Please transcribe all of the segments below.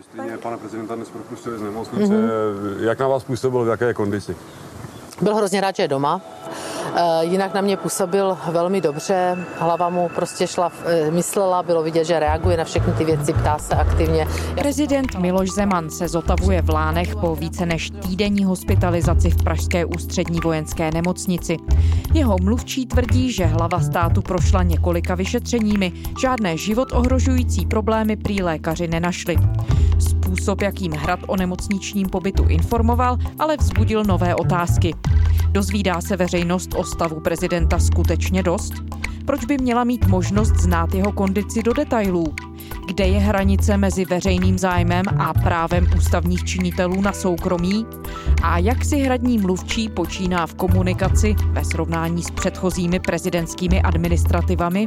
Pana prezidenta dnes propustili z nemocnice. Jak na vás působil, v jaké kondici? Byl hrozně rád, že je doma. Jinak na mě působil velmi dobře. Hlava mu prostě myslela, bylo vidět, že reaguje na všechny ty věci, ptá se aktivně. Prezident Miloš Zeman se zotavuje v Lánech po více než týdenní hospitalizaci v pražské ústřední vojenské nemocnici. Jeho mluvčí tvrdí, že hlava státu prošla několika vyšetřeními. Žádné život ohrožující problémy prý lékaři nenašli. Způsob, jakým Hrad o nemocničním pobytu informoval, ale vzbudil nové otázky. Dozvídá se veřejnost o stavu prezidenta skutečně dost? Proč by měla mít možnost znát jeho kondici do detailů? Kde je hranice mezi veřejným zájmem a právem ústavních činitelů na soukromí? A jak si hradní mluvčí počíná v komunikaci ve srovnání s předchozími prezidentskými administrativami?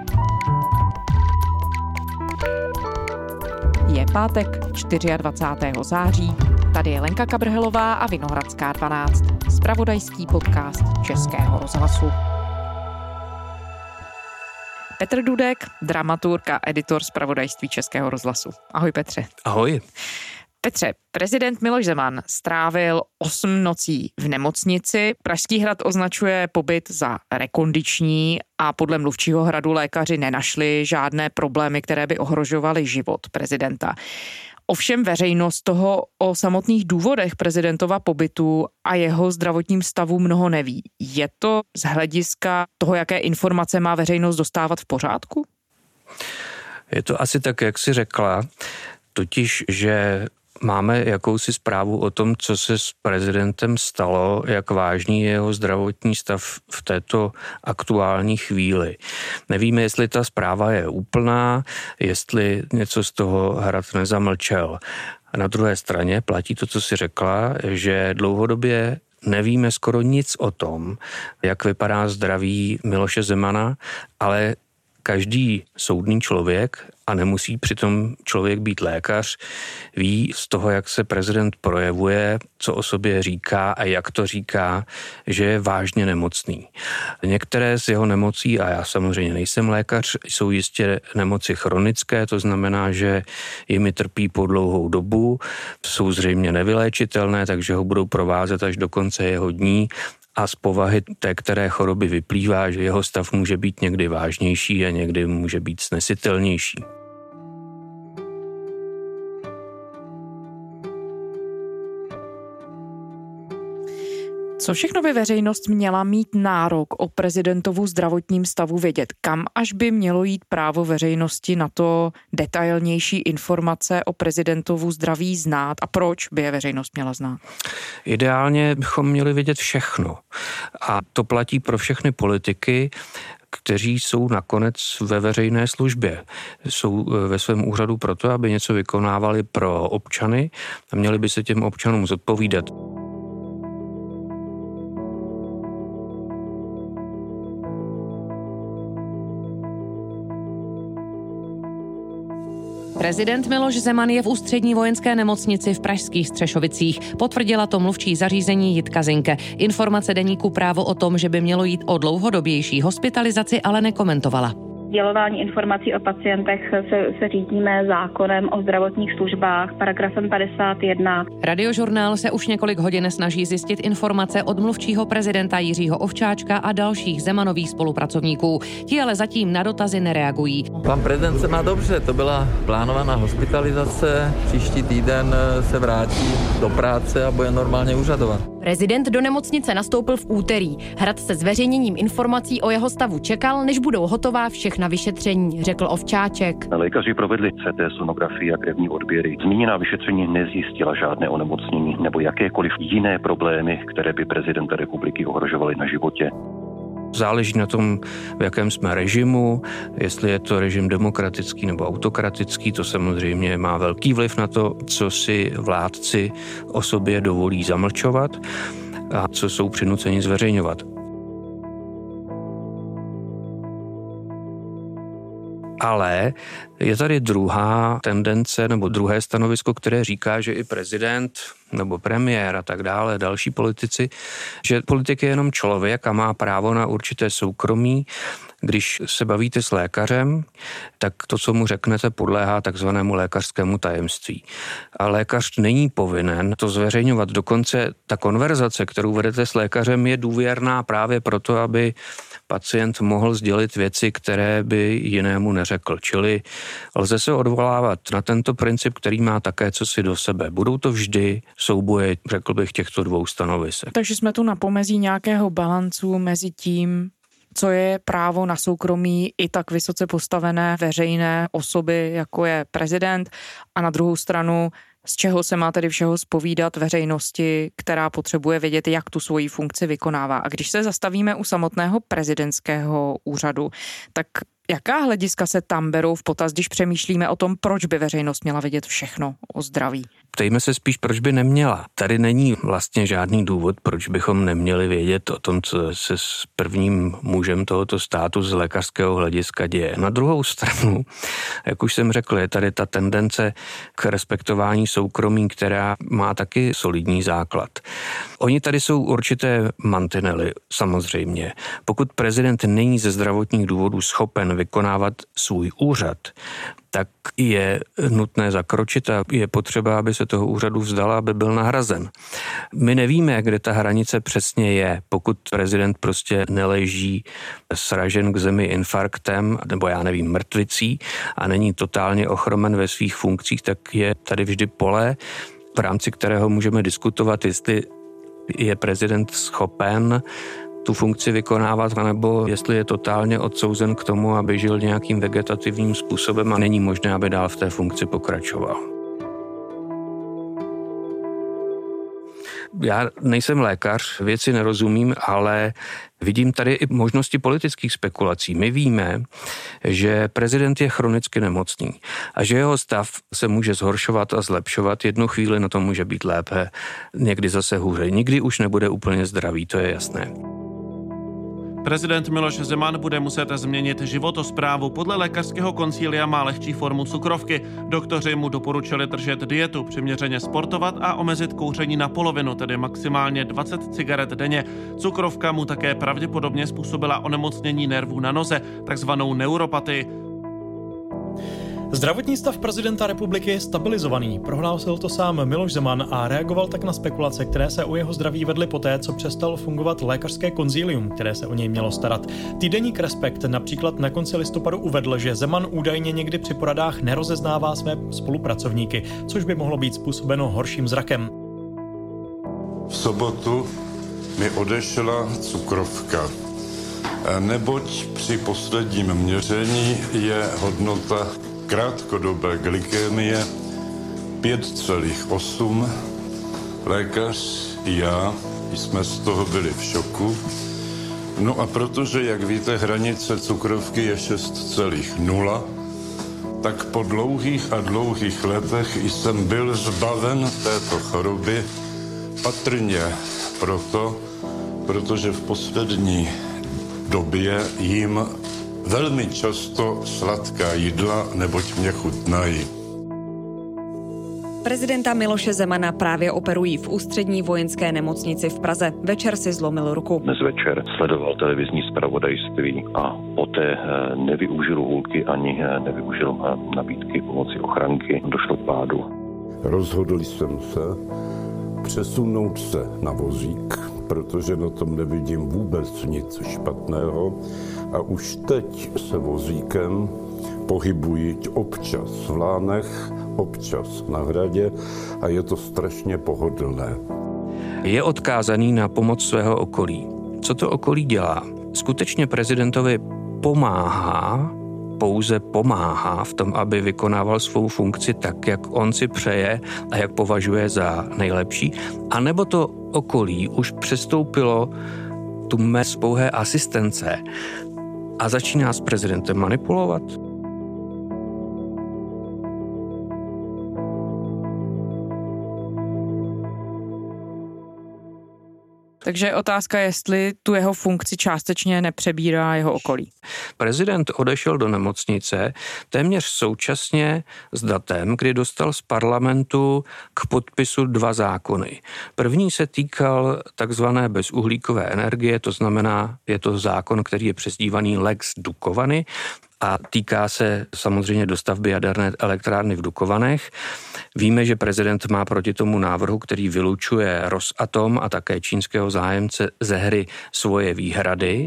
Je pátek 24. září. Tady je Lenka Kabrhelová a Vinohradská 12. Zpravodajský podcast Českého rozhlasu. Petr Dudek, dramaturg a editor zpravodajství Českého rozhlasu. Ahoj Petře. Ahoj. Petře, prezident Miloš Zeman strávil 8 nocí v nemocnici. Pražský hrad označuje pobyt za rekondiční a podle mluvčího Hradu lékaři nenašli žádné problémy, které by ohrožovaly život prezidenta. Ovšem veřejnost toho o samotných důvodech prezidentova pobytu a jeho zdravotním stavu mnoho neví. Je to z hlediska toho, jaké informace má veřejnost dostávat, v pořádku? Je to asi tak, jak jsi řekla, totiž, že máme jakousi zprávu o tom, co se s prezidentem stalo, jak vážný je jeho zdravotní stav v této aktuální chvíli. Nevíme, jestli ta zpráva je úplná, jestli něco z toho Hrad nezamlčel. A na druhé straně platí to, co jsi řekla, že dlouhodobě nevíme skoro nic o tom, jak vypadá zdraví Miloše Zemana, ale každý soudný člověk, a nemusí přitom člověk být lékař, ví z toho, jak se prezident projevuje, co o sobě říká a jak to říká, že je vážně nemocný. Některé z jeho nemocí, a já samozřejmě nejsem lékař, jsou jistě nemoci chronické, to znamená, že jimi trpí po dlouhou dobu, jsou zřejmě nevyléčitelné, takže ho budou provázet až do konce jeho dní. A z povahy té které choroby vyplývá, že jeho stav může být někdy vážnější a někdy může být snesitelnější. Co všechno by veřejnost měla mít nárok o prezidentovu zdravotním stavu vědět? Kam až by mělo jít právo veřejnosti na to detailnější informace o prezidentovu zdraví znát a proč by je veřejnost měla znát? Ideálně bychom měli vědět všechno. A to platí pro všechny politiky, kteří jsou nakonec ve veřejné službě. Jsou ve svém úřadu proto, aby něco vykonávali pro občany a měli by se těm občanům zodpovídat. Prezident Miloš Zeman je v ústřední vojenské nemocnici v pražských Střešovicích. Potvrdila to mluvčí zařízení Jitka Zinke. Informace deníku Právo o tom, že by mělo jít o dlouhodobější hospitalizaci, ale nekomentovala. Sdělování informací o pacientech se řídíme zákonem o zdravotních službách, paragrafem 51. Radiožurnál se už několik hodin snaží zjistit informace od mluvčího prezidenta Jiřího Ovčáčka a dalších Zemanových spolupracovníků. Ti ale zatím na dotazy nereagují. Pan prezident se má dobře, to byla plánovaná hospitalizace. Příští týden se vrátí do práce a bude normálně úřadovat. Prezident do nemocnice nastoupil v úterý. Hrad se zveřejněním informací o jeho stavu čekal, než budou hotová všechna vyšetření, řekl Ovčáček. Lékaři provedli CT, sonografii a krevní odběry. Zmíněná vyšetření nezjistila žádné onemocnění nebo jakékoliv jiné problémy, které by prezidenta republiky ohrožovaly na životě. Záleží na tom, v jakém jsme režimu, jestli je to režim demokratický nebo autokratický, to samozřejmě má velký vliv na to, co si vládci o sobě dovolí zamlčovat a co jsou přinuceni zveřejňovat. Ale je tady druhá tendence nebo druhé stanovisko, které říká, že i prezident nebo premiér a tak dále, další politici, že politik je jenom člověk a má právo na určité soukromí. Když se bavíte s lékařem, tak to, co mu řeknete, podléhá takzvanému lékařskému tajemství. A lékař není povinen to zveřejňovat. Dokonce ta konverzace, kterou vedete s lékařem, je důvěrná právě proto, aby pacient mohl sdělit věci, které by jinému neřekl. Čili lze se odvolávat na tento princip, který má také cosi do sebe. Budou to vždy souboje, řekl bych, těchto dvou stanovisek. Takže jsme tu na pomezí nějakého balancu mezi tím, co je právo na soukromí i tak vysoce postavené veřejné osoby, jako je prezident, a na druhou stranu, z čeho se má tedy všeho zpovídat veřejnosti, která potřebuje vědět, jak tu svoji funkci vykonává. A když se zastavíme u samotného prezidentského úřadu, tak jaká hlediska se tam berou v potaz, když přemýšlíme o tom, proč by veřejnost měla vědět všechno o zdraví? Ptejme se spíš, proč by neměla. Tady není vlastně žádný důvod, proč bychom neměli vědět o tom, co se s prvním mužem tohoto státu z lékařského hlediska děje. Na druhou stranu, jak už jsem řekl, je tady ta tendence k respektování soukromí, která má taky solidní základ. Oni tady jsou určité mantinely, samozřejmě. Pokud prezident není ze zdravotních důvodů schopen vykonávat svůj úřad, tak je nutné zakročit a je potřeba, aby se toho úřadu vzdal, aby byl nahrazen. My nevíme, kde ta hranice přesně je. Pokud prezident prostě neleží sražen k zemi infarktem, nebo já nevím, mrtvicí a není totálně ochromen ve svých funkcích, tak je tady vždy pole, v rámci kterého můžeme diskutovat, jestli je prezident schopen tu funkci vykonávat, nebo jestli je totálně odsouzen k tomu, aby žil nějakým vegetativním způsobem a není možné, aby dál v té funkci pokračoval. Já nejsem lékař, věci nerozumím, ale vidím tady i možnosti politických spekulací. My víme, že prezident je chronicky nemocný a že jeho stav se může zhoršovat a zlepšovat. Jednu chvíli na tom může být lépe, někdy zase hůře. Nikdy už nebude úplně zdravý, to je jasné. Prezident Miloš Zeman bude muset změnit životosprávu. Podle lékařského koncilia má lehčí formu cukrovky. Doktoři mu doporučili držet dietu, přiměřeně sportovat a omezit kouření na polovinu, tedy maximálně 20 cigaret denně. Cukrovka mu také pravděpodobně způsobila onemocnění nervů na noze, takzvanou neuropatii. Zdravotní stav prezidenta republiky je stabilizovaný. Prohlásil to sám Miloš Zeman a reagoval tak na spekulace, které se o jeho zdraví vedly poté, co přestal fungovat lékařské konzílium, které se o něj mělo starat. Týdeník Respekt například na konci listopadu uvedl, že Zeman údajně někdy při poradách nerozeznává své spolupracovníky, což by mohlo být způsobeno horším zrakem. V sobotu mi odešla cukrovka, neboť při posledním měření je hodnota krátkodobé glykémie 5,8. Lékař i já jsme z toho byli v šoku. No a protože, jak víte, hranice cukrovky je 6,0, tak po dlouhých a dlouhých letech jsem byl zbaven této choroby patrně protože v poslední době jim velmi často sladká jídla, neboť mě chutnají. Prezidenta Miloše Zemana právě operují v Ústřední vojenské nemocnici v Praze. Večer si zlomil ruku. Dnes večer sledoval televizní zpravodajství a poté nevyužil hůlky ani nevyužil nabídky pomoci ochranky. Došlo k pádu. Rozhodl jsem se přesunout se na vozík, protože na tom nevidím vůbec nic špatného. A už teď se vozíkem pohybuji občas v Lánech, občas na Hradě a je to strašně pohodlné. Je odkázaný na pomoc svého okolí. Co to okolí dělá? Skutečně prezidentovi pouze pomáhá v tom, aby vykonával svou funkci tak, jak on si přeje a jak považuje za nejlepší, anebo to okolí už přestoupilo tu mez pouhé asistence a začíná s prezidentem manipulovat? Takže otázka je, jestli tu jeho funkci částečně nepřebírá jeho okolí. Prezident odešel do nemocnice téměř současně s datem, kdy dostal z parlamentu k podpisu 2 zákony. První se týkal takzvané bezuhlíkové energie, to znamená, je to zákon, který je přezdívaný Lex Dukovany a týká se samozřejmě dostavby jaderné elektrárny v Dukovanech. Víme, že prezident má proti tomu návrhu, který vylučuje Rosatom a také čínského zájemce ze hry, svoje výhrady.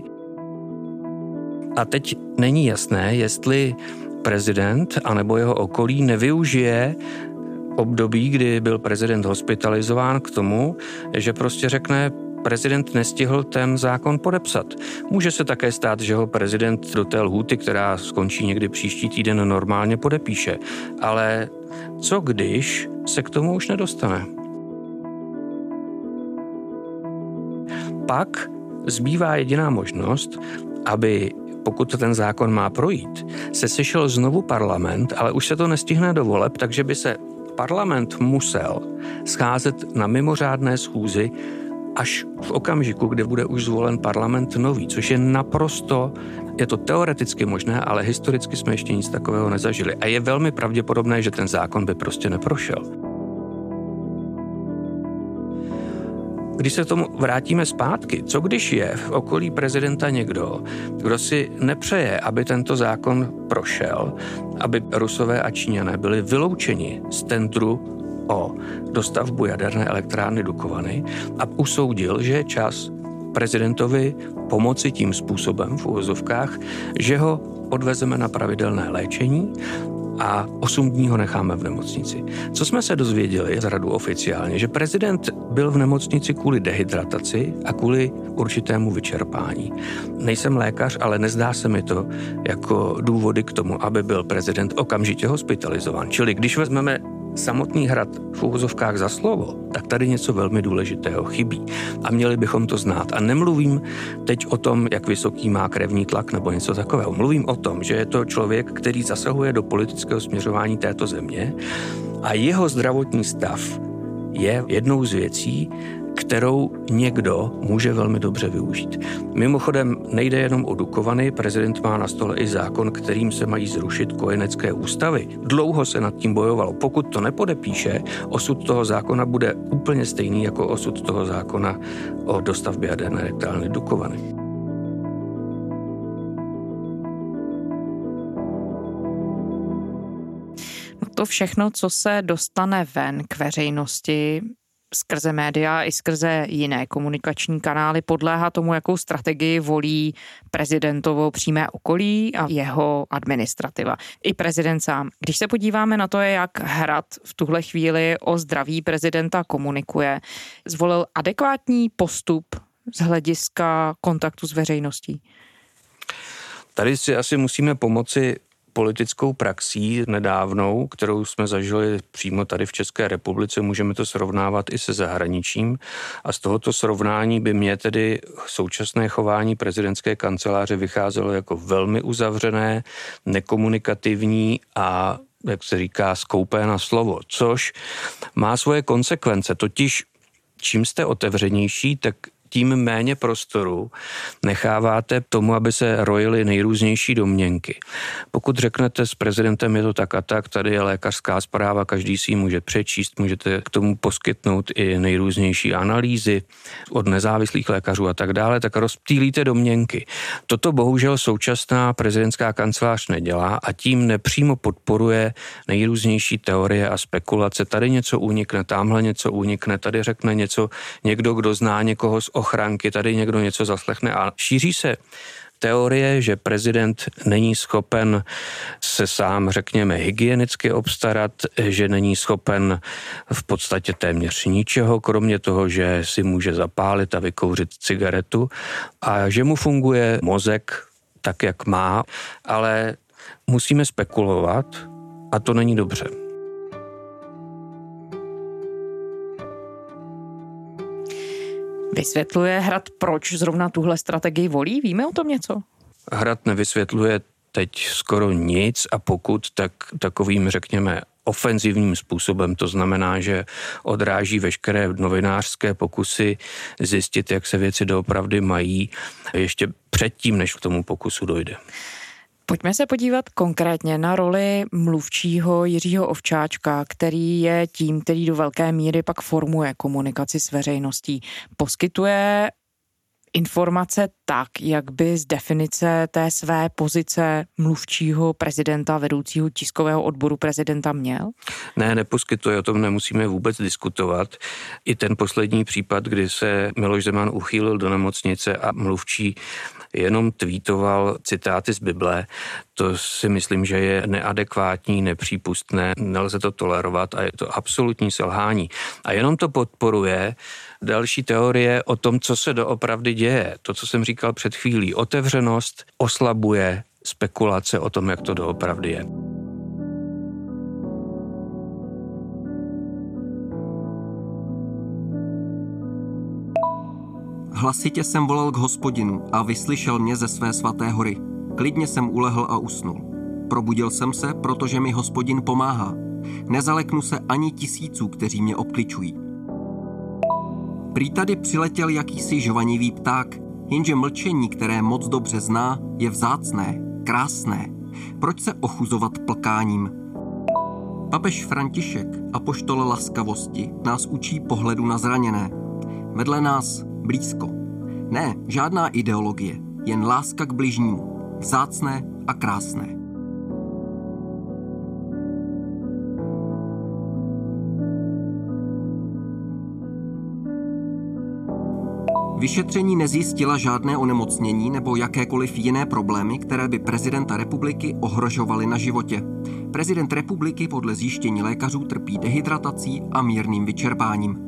A teď není jasné, jestli prezident anebo jeho okolí nevyužije období, kdy byl prezident hospitalizován k tomu, že prostě řekne, prezident nestihl ten zákon podepsat. Může se také stát, že ho prezident do té lhůty, která skončí někdy příští týden, normálně podepíše. Ale co když se k tomu už nedostane? Pak zbývá jediná možnost, aby, pokud ten zákon má projít, se sešel znovu parlament, ale už se to nestihne do voleb, takže by se parlament musel scházet na mimořádné schůzi až v okamžiku, kdy bude už zvolen parlament nový, což je je to teoreticky možné, ale historicky jsme ještě nic takového nezažili. A je velmi pravděpodobné, že ten zákon by prostě neprošel. Když se tomu vrátíme zpátky, co když je v okolí prezidenta někdo, kdo si nepřeje, aby tento zákon prošel, aby Rusové a Číňané byli vyloučeni z tendru o dostavbu jaderné elektrárny Dukovany a usoudil, že je čas prezidentovi pomoci tím způsobem v uvozovkách, že ho odvezeme na pravidelné léčení a 8 dní ho necháme v nemocnici. Co jsme se dozvěděli z radu oficiálně, že prezident byl v nemocnici kvůli dehydrataci a kvůli určitému vyčerpání. Nejsem lékař, ale nezdá se mi to jako důvody k tomu, aby byl prezident okamžitě hospitalizován. Čili když vezmeme samotný Hrad v uvozovkách za slovo, tak tady něco velmi důležitého chybí. A měli bychom to znát. A nemluvím teď o tom, jak vysoký má krevní tlak nebo něco takového. Mluvím o tom, že je to člověk, který zasahuje do politického směřování této země a jeho zdravotní stav je jednou z věcí, kterou někdo může velmi dobře využít. Mimochodem nejde jenom o Dukovany, prezident má na stole i zákon, kterým se mají zrušit kojenecké ústavy. Dlouho se nad tím bojovalo. Pokud to nepodepíše, osud toho zákona bude úplně stejný jako osud toho zákona o dostavbě jaderné elektrárny Dukovany. No to všechno, co se dostane ven k veřejnosti, skrze média i skrze jiné komunikační kanály, podléhá tomu, jakou strategii volí prezidentovo přímé okolí a jeho administrativa. I prezident sám. Když se podíváme na to, jak Hrad v tuhle chvíli o zdraví prezidenta komunikuje, zvolil adekvátní postup z hlediska kontaktu s veřejností? Tady si asi musíme pomoci politickou praxí nedávnou, kterou jsme zažili přímo tady v České republice, můžeme to srovnávat i se zahraničím a z tohoto srovnání by mě tedy současné chování prezidentské kanceláře vycházelo jako velmi uzavřené, nekomunikativní a, jak se říká, skoupé na slovo, což má svoje konsekvence, totiž čím jste otevřenější, tak tím méně prostoru necháváte tomu, aby se rojily nejrůznější domněnky. Pokud řeknete s prezidentem je to tak a tak, tady je lékařská zpráva, každý si ji může přečíst, můžete k tomu poskytnout i nejrůznější analýzy od nezávislých lékařů a tak dále, tak rozptýlíte domněnky. Toto bohužel současná prezidentská kancelář nedělá a tím nepřímo podporuje nejrůznější teorie a spekulace. Tady něco unikne, tamhle něco unikne, tady řekne něco někdo, kdo zná někoho z ochranky, tady někdo něco zaslechne a šíří se teorie, že prezident není schopen se sám, řekněme, hygienicky obstarat, že není schopen v podstatě téměř ničeho, kromě toho, že si může zapálit a vykouřit cigaretu a že mu funguje mozek tak, jak má, ale musíme spekulovat a to není dobře. Vysvětluje Hrad, proč zrovna tuhle strategii volí? Víme o tom něco? Hrad nevysvětluje teď skoro nic a pokud, tak takovým, řekněme, ofenzivním způsobem. To znamená, že odráží veškeré novinářské pokusy zjistit, jak se věci doopravdy mají, ještě předtím, než k tomu pokusu dojde. Pojďme se podívat konkrétně na roli mluvčího Jiřího Ovčáčka, který je tím, který do velké míry pak formuje komunikaci s veřejností. Poskytuje informace tak, jak by z definice té své pozice mluvčího prezidenta, vedoucího tiskového odboru prezidenta měl? Ne, neposkytuje, o tom nemusíme vůbec diskutovat. I ten poslední případ, kdy se Miloš Zeman uchýlil do nemocnice a mluvčí jenom tweetoval citáty z Bible, to si myslím, že je neadekvátní, nepřípustné, nelze to tolerovat a je to absolutní selhání. A jenom to podporuje další teorie o tom, co se doopravdy děje. To, co jsem říkal před chvílí, otevřenost oslabuje spekulace o tom, jak to doopravdy je. Hlasitě jsem volal k Hospodinu a vyslyšel mě ze své svaté hory. Klidně jsem ulehl a usnul. Probudil jsem se, protože mi Hospodin pomáhá. Nezaleknu se ani tisíců, kteří mě obkličují. Prý tady přiletěl jakýsi žvanivý pták, jenže mlčení, které moc dobře zná, je vzácné, krásné. Proč se ochuzovat plkáním? Papež František, apoštol laskavosti, nás učí pohledu na zraněné. Vedle nás blízko. Ne, žádná ideologie, jen láska k bližnímu. Vzácné a krásné. Vyšetření nezjistila žádné onemocnění nebo jakékoliv jiné problémy, které by prezidenta republiky ohrožovaly na životě. Prezident republiky podle zjištění lékařů trpí dehydratací a mírným vyčerpáním.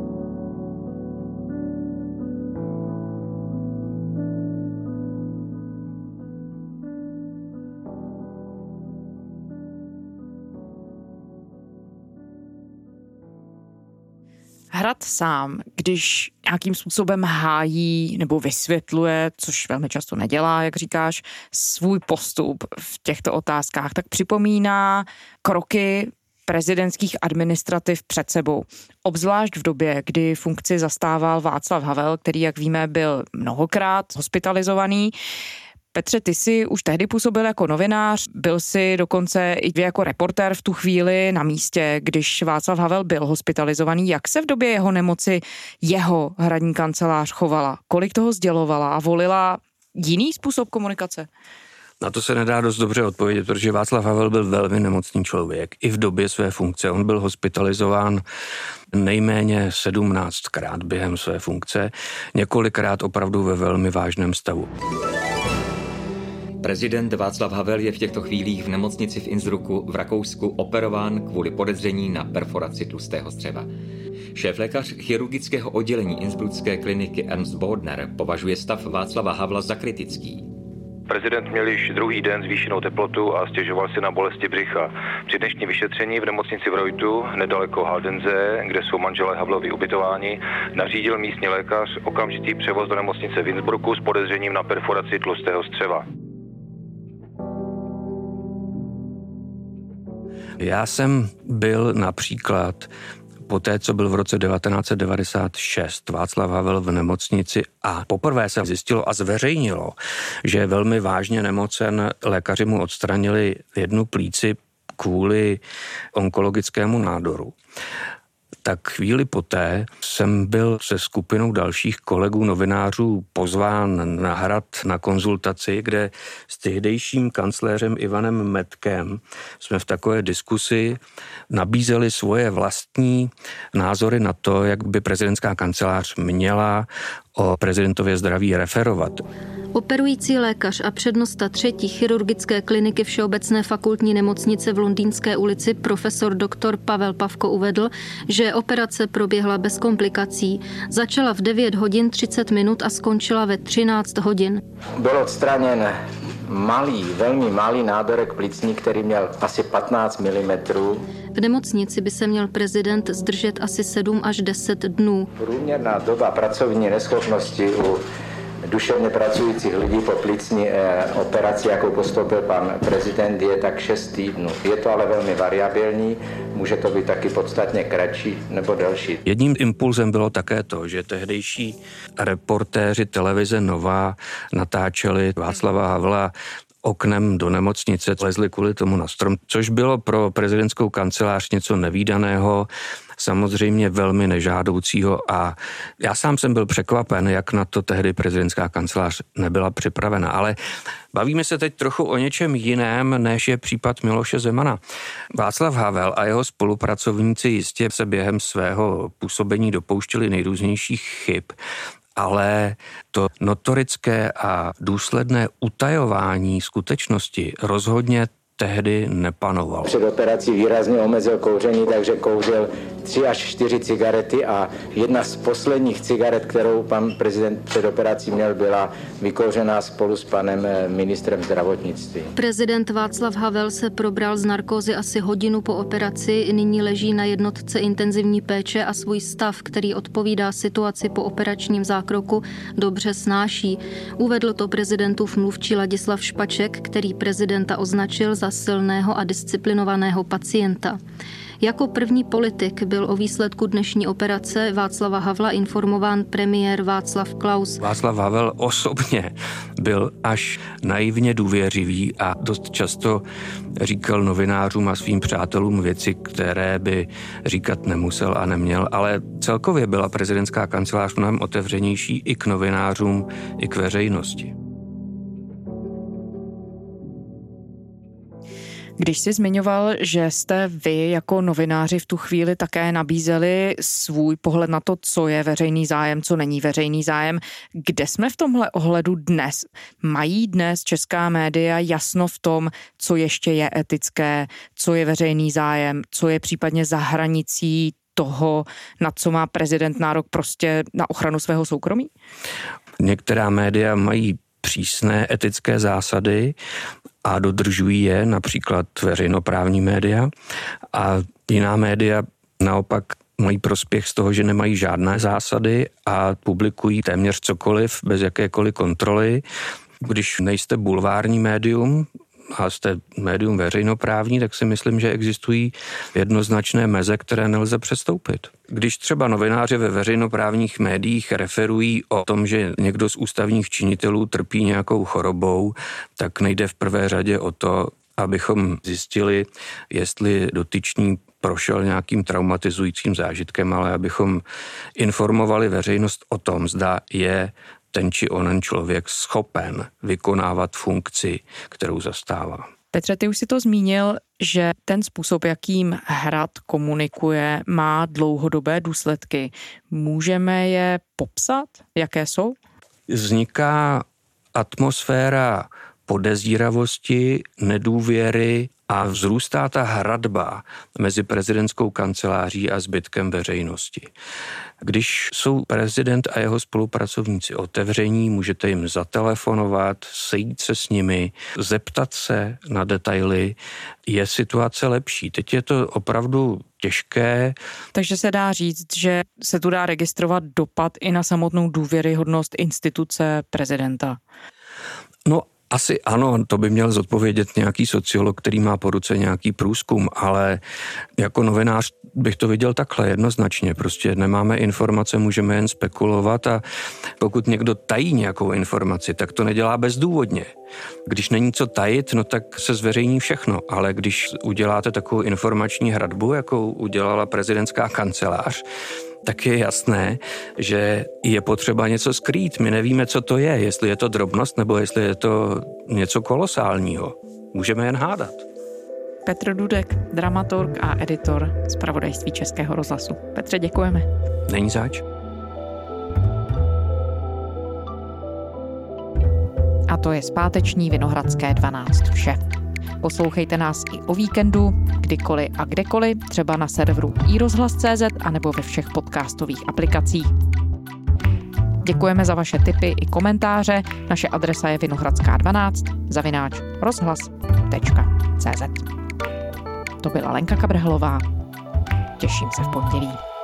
Hrad sám, když nějakým způsobem hájí nebo vysvětluje, což velmi často nedělá, jak říkáš, svůj postup v těchto otázkách, tak připomíná kroky prezidentských administrativ před sebou. Obzvlášť v době, kdy funkci zastával Václav Havel, který, jak víme, byl mnohokrát hospitalizovaný. Petře, ty jsi už tehdy působil jako novinář, byl jsi dokonce i jako reportér v tu chvíli na místě, když Václav Havel byl hospitalizovaný. Jak se v době jeho nemoci jeho hradní kancelář chovala? Kolik toho sdělovala a volila jiný způsob komunikace? Na to se nedá dost dobře odpovědět, protože Václav Havel byl velmi nemocný člověk. I v době své funkce. On byl hospitalizován nejméně 17krát během své funkce, několikrát opravdu ve velmi vážném stavu. Prezident Václav Havel je v těchto chvílích v nemocnici v Innsbrucku v Rakousku operován kvůli podezření na perforaci tlustého střeva. Šéflékař chirurgického oddělení innsbrucké kliniky Ernst Bodner považuje stav Václava Havla za kritický. Prezident měl již druhý den zvýšenou teplotu a stěžoval si na bolesti břicha. Při dnešní vyšetření v nemocnici v Reutu, nedaleko Haldenze, kde jsou manželé Havlovi ubytováni, nařídil místní lékař okamžitý převoz do nemocnice v Innsbrucku s podezřením na perforaci tlustého střeva. Já jsem byl například poté, co byl v roce 1996 Václav Havel v nemocnici a poprvé se zjistilo a zveřejnilo, že je velmi vážně nemocen, lékaři mu odstranili jednu plíci kvůli onkologickému nádoru. Tak chvíli poté jsem byl se skupinou dalších kolegů novinářů pozván na Hrad na konzultaci, kde s tehdejším kancléřem Ivanem Metkem jsme v takové diskusi nabízeli svoje vlastní názory na to, jak by prezidentská kancelář měla o prezidentově zdraví referovat. Operující lékař a přednosta 3. chirurgické kliniky Všeobecné fakultní nemocnice v Londýnské ulici profesor dr. Pavel Pavko uvedl, že operace proběhla bez komplikací. Začala v 9 hodin 30 minut a skončila ve 13 hodin. Byl odstraněn velmi malý nádorek plicní, který měl asi 15 mm. V nemocnici by se měl prezident zdržet asi 7 až 10 dnů. Průměrná doba pracovní neschopnosti u duševně pracujících lidí po plicní operaci, jakou postoupil pan prezident, je tak 6 týdnů. Je to ale velmi variabilní, může to být taky podstatně kratší nebo delší. Jedním impulzem bylo také to, že tehdejší reportéři televize Nova natáčeli Václava Havla oknem do nemocnice, lezli kvůli tomu na strom, což bylo pro prezidentskou kancelář něco nevídaného, samozřejmě velmi nežádoucího a já sám jsem byl překvapen, jak na to tehdy prezidentská kancelář nebyla připravena. Ale bavíme se teď trochu o něčem jiném, než je případ Miloše Zemana. Václav Havel a jeho spolupracovníci jistě se během svého působení dopouštěli nejrůznějších chyb, ale to notorické a důsledné utajování skutečnosti rozhodně tehdy nepanovalo. Před operací výrazně omezil kouření, takže kouřil 3 až 4 cigarety a jedna z posledních cigaret, kterou pan prezident před operací měl, byla vykouřená spolu s panem ministrem zdravotnictví. Prezident Václav Havel se probral z narkózy asi hodinu po operaci, nyní leží na jednotce intenzivní péče a svůj stav, který odpovídá situaci po operačním zákroku, dobře snáší. Uvedl to prezidentův mluvčí Ladislav Špaček, který prezidenta označil za silného a disciplinovaného pacienta. Jako první politik byl o výsledku dnešní operace Václava Havla informován premiér Václav Klaus. Václav Havel osobně byl až naivně důvěřivý a dost často říkal novinářům a svým přátelům věci, které by říkat nemusel a neměl, ale celkově byla prezidentská kancelář mnohem otevřenější i k novinářům, i k veřejnosti. Když jsi zmiňoval, že jste vy jako novináři v tu chvíli také nabízeli svůj pohled na to, co je veřejný zájem, co není veřejný zájem, kde jsme v tomhle ohledu dnes? Mají dnes česká média jasno v tom, co ještě je etické, co je veřejný zájem, co je případně za hranicí toho, na co má prezident nárok prostě na ochranu svého soukromí? Některá média mají přísné etické zásady a dodržují je, například veřejnoprávní média, a jiná média naopak mají prospěch z toho, že nemají žádné zásady a publikují téměř cokoliv bez jakékoliv kontroly. Když nejste bulvární médium a jste médium veřejnoprávní, tak si myslím, že existují jednoznačné meze, které nelze přestoupit. Když třeba novináři ve veřejnoprávních médiích referují o tom, že někdo z ústavních činitelů trpí nějakou chorobou, tak nejde v prvé řadě o to, abychom zjistili, jestli dotyčný prošel nějakým traumatizujícím zážitkem, ale abychom informovali veřejnost o tom, zda je ten či onen člověk schopen vykonávat funkci, kterou zastává. Petře, ty už si to zmínil, že ten způsob, jakým Hrad komunikuje, má dlouhodobé důsledky. Můžeme je popsat? Jaké jsou? Vzniká atmosféra podezíravosti, nedůvěry a vzrůstá ta hradba mezi prezidentskou kanceláří a zbytkem veřejnosti. Když jsou prezident a jeho spolupracovníci otevření, můžete jim zatelefonovat, sejít se s nimi, zeptat se na detaily, je situace lepší. Teď je to opravdu těžké. Takže se dá říct, že se tu dá registrovat dopad i na samotnou důvěryhodnost instituce prezidenta. No, asi ano, to by měl zodpovědět nějaký sociolog, který má po ruce nějaký průzkum, ale jako novinář bych to viděl takhle jednoznačně. Prostě nemáme informace, můžeme jen spekulovat a pokud někdo tají nějakou informaci, tak to nedělá bezdůvodně. Když není co tajit, no tak se zveřejní všechno, ale když uděláte takovou informační hradbu, jakou udělala prezidentská kancelář, tak je jasné, že je potřeba něco skrýt. My nevíme, co to je, jestli je to drobnost, nebo jestli je to něco kolosálního. Můžeme jen hádat. Petr Dudek, dramaturg a editor zpravodajství Českého rozhlasu. Petře, děkujeme. Není zač. A to je zpáteční Vinohradské 12 vše. Poslouchejte nás i o víkendu, kdykoliv a kdekoliv, třeba na serveru iRozhlas.cz anebo ve všech podcastových aplikacích. Děkujeme za vaše tipy i komentáře. Naše adresa je vinohradská12 @rozhlas.cz. To byla Lenka Kabrhelová. Těším se v pondělí.